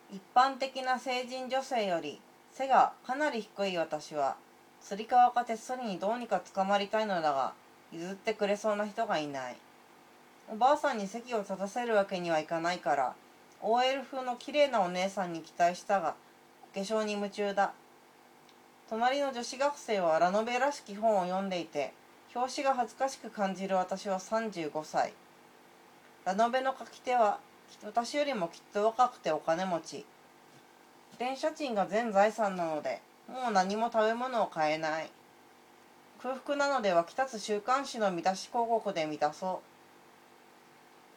一般的な成人女性より背がかなり低い私は、つり革か手すりにどうにか捕まりたいのだが、譲ってくれそうな人がいない。おばあさんに席を立たせるわけにはいかないから、OL 風の綺麗なお姉さんに期待したが、お化粧に夢中だ。隣の女子学生はラノベらしき本を読んでいて、表紙が恥ずかしく感じる私は35歳。ラノベの書き手は私よりもきっと若くてお金持ち。電車賃が全財産なので、もう何も食べ物を買えない。空腹なので湧き立つ週刊誌の見出し広告で満たそう。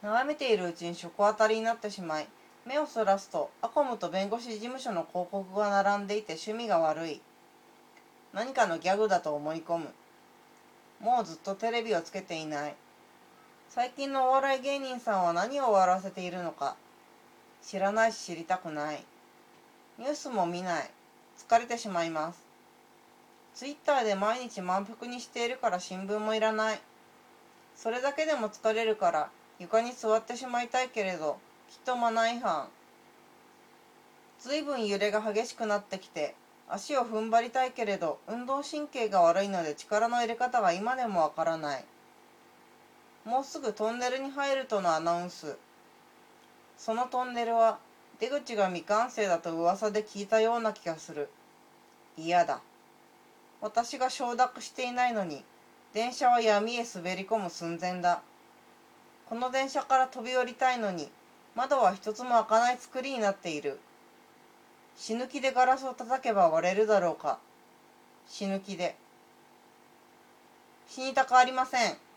眺めているうちに食当たりになってしまい、目をそらすとアコムと弁護士事務所の広告が並んでいて趣味が悪い。何かのギャグだと思い込む。もうずっとテレビをつけていない。最近のお笑い芸人さんは何を笑わせているのか。知らないし知りたくない。ニュースも見ない。疲れてしまいます。ツイッターで毎日満腹にしているから新聞もいらない。それだけでも疲れるから床に座ってしまいたいけれど、きっとマナー違反。ずいぶん揺れが激しくなってきて、足を踏ん張りたいけれど、運動神経が悪いので力の入れ方が今でもわからない。もうすぐトンネルに入るとのアナウンス。そのトンネルは出口が未完成だと噂で聞いたような気がする。嫌だ。私が承諾していないのに、電車は闇へ滑り込む寸前だ。この電車から飛び降りたいのに、窓は一つも開かない作りになっている。死ぬ気でガラスを叩けば割れるだろうか。死ぬ気で。死にたくありません。